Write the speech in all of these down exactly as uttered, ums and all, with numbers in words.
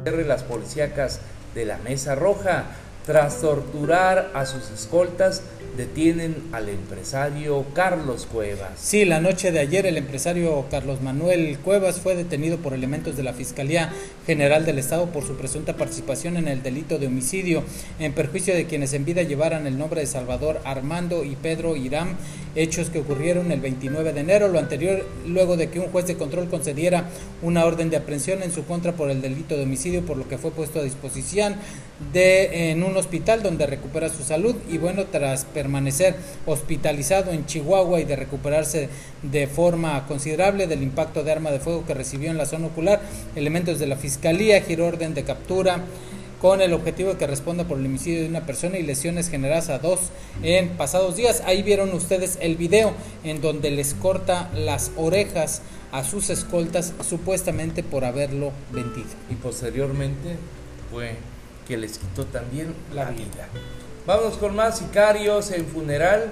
las policíacas de la Mesa Roja. Tras torturar a sus escoltas, detienen al empresario Carlos Cuevas. Sí, la noche de ayer el empresario Carlos Manuel Cuevas fue detenido por elementos de la Fiscalía General del Estado por su presunta participación en el delito de homicidio en perjuicio de quienes en vida llevaran el nombre de Salvador Armando y Pedro Irán, hechos que ocurrieron el veintinueve de enero, lo anterior luego de que un juez de control concediera una orden de aprehensión en su contra por el delito de homicidio, por lo que fue puesto a disposición de en un hospital donde recupera su salud y bueno, tras permanecer hospitalizado en Chihuahua y de recuperarse de forma considerable del impacto de arma de fuego que recibió en la zona ocular, elementos de la Fiscalía giró orden de captura con el objetivo de que responda por el homicidio de una persona y lesiones generadas a dos en pasados días. Ahí vieron ustedes el video en donde les corta las orejas a sus escoltas supuestamente por haberlo vendido. Y posteriormente fue que les quitó también la vida. Vamos con más sicarios en funeral.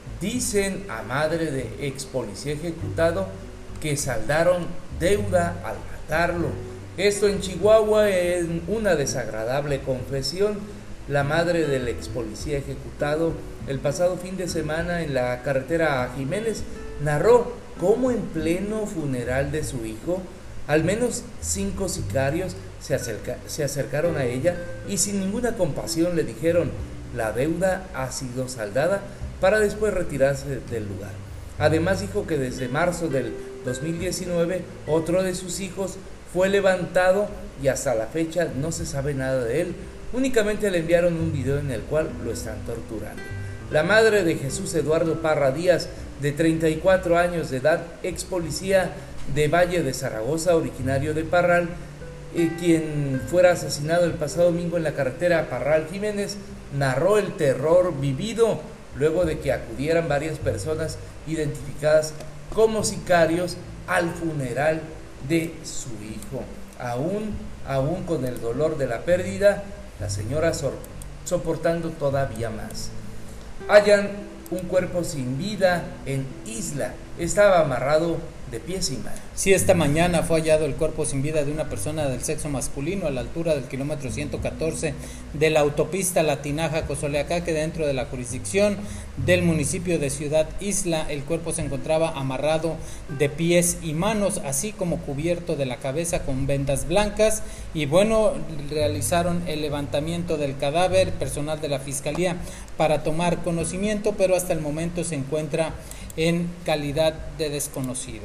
Dicen a madre de ex policía ejecutado que saldaron deuda al matarlo. Esto en Chihuahua, en una desagradable confesión. La madre del ex policía ejecutado el pasado fin de semana en la carretera a Jiménez narró cómo en pleno funeral de su hijo, al menos cinco sicarios se, acerca, se acercaron a ella y sin ninguna compasión le dijeron: la deuda ha sido saldada, para después retirarse del lugar. Además dijo que desde marzo del dos mil diecinueve otro de sus hijos fue levantado y hasta la fecha no se sabe nada de él. Únicamente le enviaron un video en el cual lo están torturando. La madre de Jesús Eduardo Parra Díaz, de treinta y cuatro años de edad, ex policía de Valle de Zaragoza, originario de Parral, eh, quien fuera asesinado el pasado domingo en la carretera Parral Jiménez, narró el terror vivido luego de que acudieran varias personas identificadas como sicarios al funeral de su hijo. Aún, aún con el dolor de la pérdida, la señora so soportando todavía más. Hallan un cuerpo sin vida en Isla. Estaba amarrado de pies y manos. Sí, esta mañana fue hallado el cuerpo sin vida de una persona del sexo masculino a la altura del kilómetro ciento catorce de la autopista La Tinaja-Cozoleacaque, dentro de la jurisdicción del municipio de Ciudad Isla. El cuerpo se encontraba amarrado de pies y manos, así como cubierto de la cabeza con vendas blancas. Y bueno, realizaron el levantamiento del cadáver, personal de la Fiscalía, para tomar conocimiento, pero hasta el momento se encuentra en calidad de desconocido.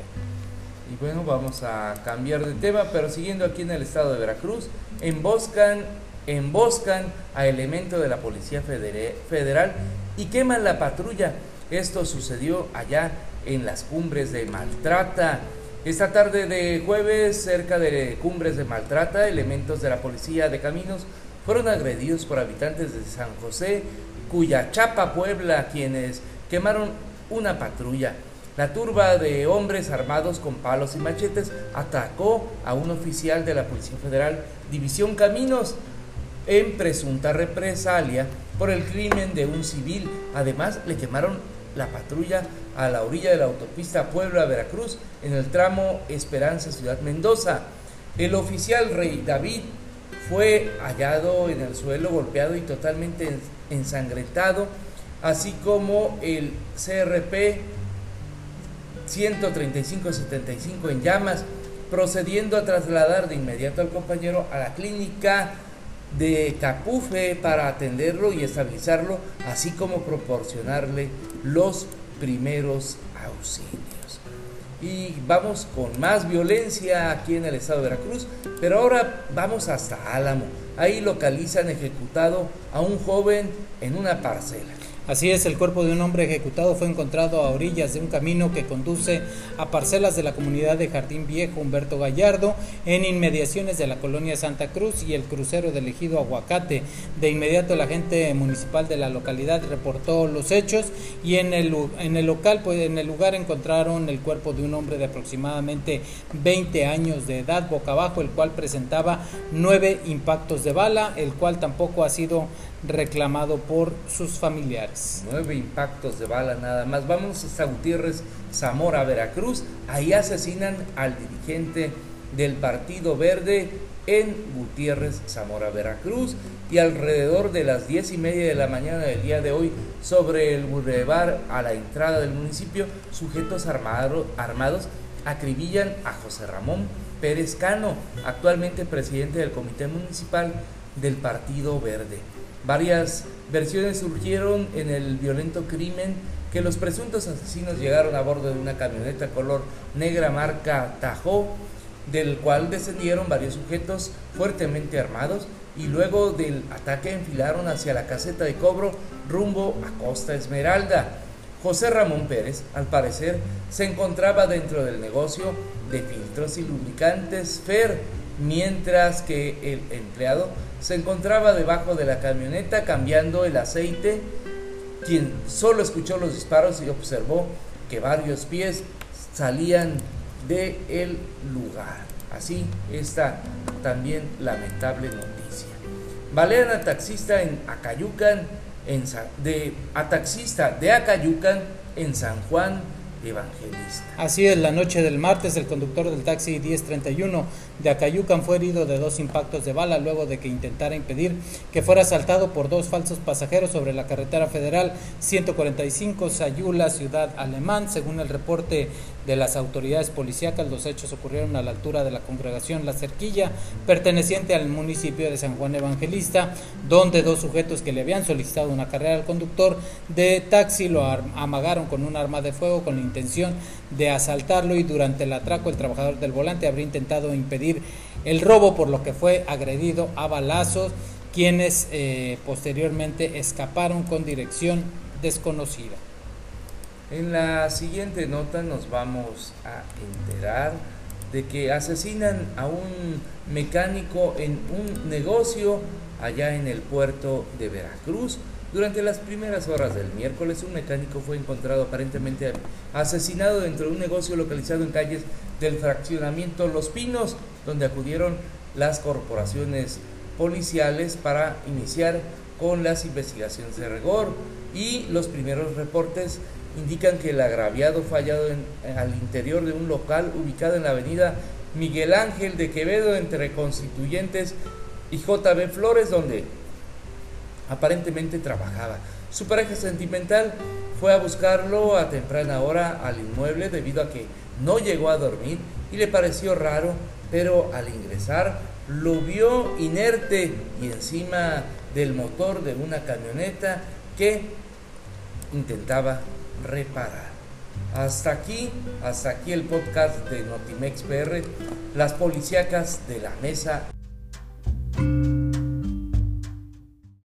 Y bueno, vamos a cambiar de tema, pero siguiendo aquí en el estado de Veracruz, emboscan, emboscan a elementos de la Policía Federal y queman la patrulla. Esto sucedió allá en las Cumbres de Maltrata. Esta tarde de jueves, cerca de Cumbres de Maltrata, elementos de la Policía de Caminos fueron agredidos por habitantes de San José, Cuyachapa, Puebla, quienes quemaron una patrulla. La turba de hombres armados con palos y machetes atacó a un oficial de la Policía Federal División Caminos en presunta represalia por el crimen de un civil. Además, le quemaron la patrulla a la orilla de la autopista Puebla-Veracruz en el tramo Esperanza Ciudad Mendoza. El oficial Rey David fue hallado en el suelo, golpeado y totalmente ensangrentado, así como el C R P ciento treinta y cinco setenta y cinco en llamas, procediendo a trasladar de inmediato al compañero a la clínica de Capufe para atenderlo y estabilizarlo, así como proporcionarle los primeros auxilios. Y vamos con más violencia aquí en el estado de Veracruz, pero ahora vamos hasta Álamo. Ahí localizan ejecutado a un joven en una parcela. Así es, el cuerpo de un hombre ejecutado fue encontrado a orillas de un camino que conduce a parcelas de la comunidad de Jardín Viejo Humberto Gallardo, en inmediaciones de la colonia Santa Cruz y el crucero del ejido Aguacate. De inmediato el agente municipal de la localidad reportó los hechos y en el, en el local, pues, en el lugar encontraron el cuerpo de un hombre de aproximadamente veinte años de edad, boca abajo, el cual presentaba nueve impactos de bala, el cual tampoco ha sido reclamado por sus familiares. Nueve impactos de bala nada más. Vamos hasta Gutiérrez, Zamora, Veracruz. Ahí asesinan al dirigente del Partido Verde en Gutiérrez, Zamora, Veracruz, y alrededor de las diez y media de la mañana del día de hoy, sobre el bulevar a la entrada del municipio, sujetos armado, armados acribillan a José Ramón Pérez Cano, actualmente presidente del Comité Municipal del Partido Verde. Varias versiones surgieron en el violento crimen, que los presuntos asesinos llegaron a bordo de una camioneta color negra marca Tahoe, del cual descendieron varios sujetos fuertemente armados y luego del ataque enfilaron hacia la caseta de cobro rumbo a Costa Esmeralda. José Ramón Pérez, al parecer, se encontraba dentro del negocio de filtros y lubricantes Fer, mientras que el empleado se encontraba debajo de la camioneta cambiando el aceite, quien solo escuchó los disparos y observó que varios pies salían del lugar. Así está también lamentable noticia. Balean a taxista en Acayucan, en San, de, a taxista de Acayucan en San Juan Evangelista. Así es, la noche del martes, el conductor del taxi diez treinta y uno de Acayucan fue herido de dos impactos de bala luego de que intentara impedir que fuera asaltado por dos falsos pasajeros sobre la carretera federal ciento cuarenta y cinco Sayula, Ciudad Alemán. Según el reporte de las autoridades policíacas, los hechos ocurrieron a la altura de la congregación La Cerquilla, perteneciente al municipio de San Juan Evangelista, donde dos sujetos que le habían solicitado una carrera al conductor de taxi lo amagaron con un arma de fuego con la intención de asaltarlo, y durante el atraco el trabajador del volante habría intentado impedir el robo, por lo que fue agredido a balazos, quienes eh, posteriormente escaparon con dirección desconocida. En la siguiente nota nos vamos a enterar de que asesinan a un mecánico en un negocio allá en el puerto de Veracruz. Durante las primeras horas del miércoles, un mecánico fue encontrado aparentemente asesinado dentro de un negocio localizado en calles del fraccionamiento Los Pinos, donde acudieron las corporaciones policiales para iniciar con las investigaciones de rigor, y los primeros reportes indican que el agraviado fue hallado en, al interior de un local ubicado en la avenida Miguel Ángel de Quevedo entre Constituyentes y J B Flores, donde aparentemente trabajaba. Su pareja sentimental fue a buscarlo a temprana hora al inmueble debido a que no llegó a dormir y le pareció raro, pero al ingresar lo vio inerte y encima del motor de una camioneta que intentaba reparar. Hasta aquí, hasta aquí el podcast de Notimex P R, las policíacas de la mesa.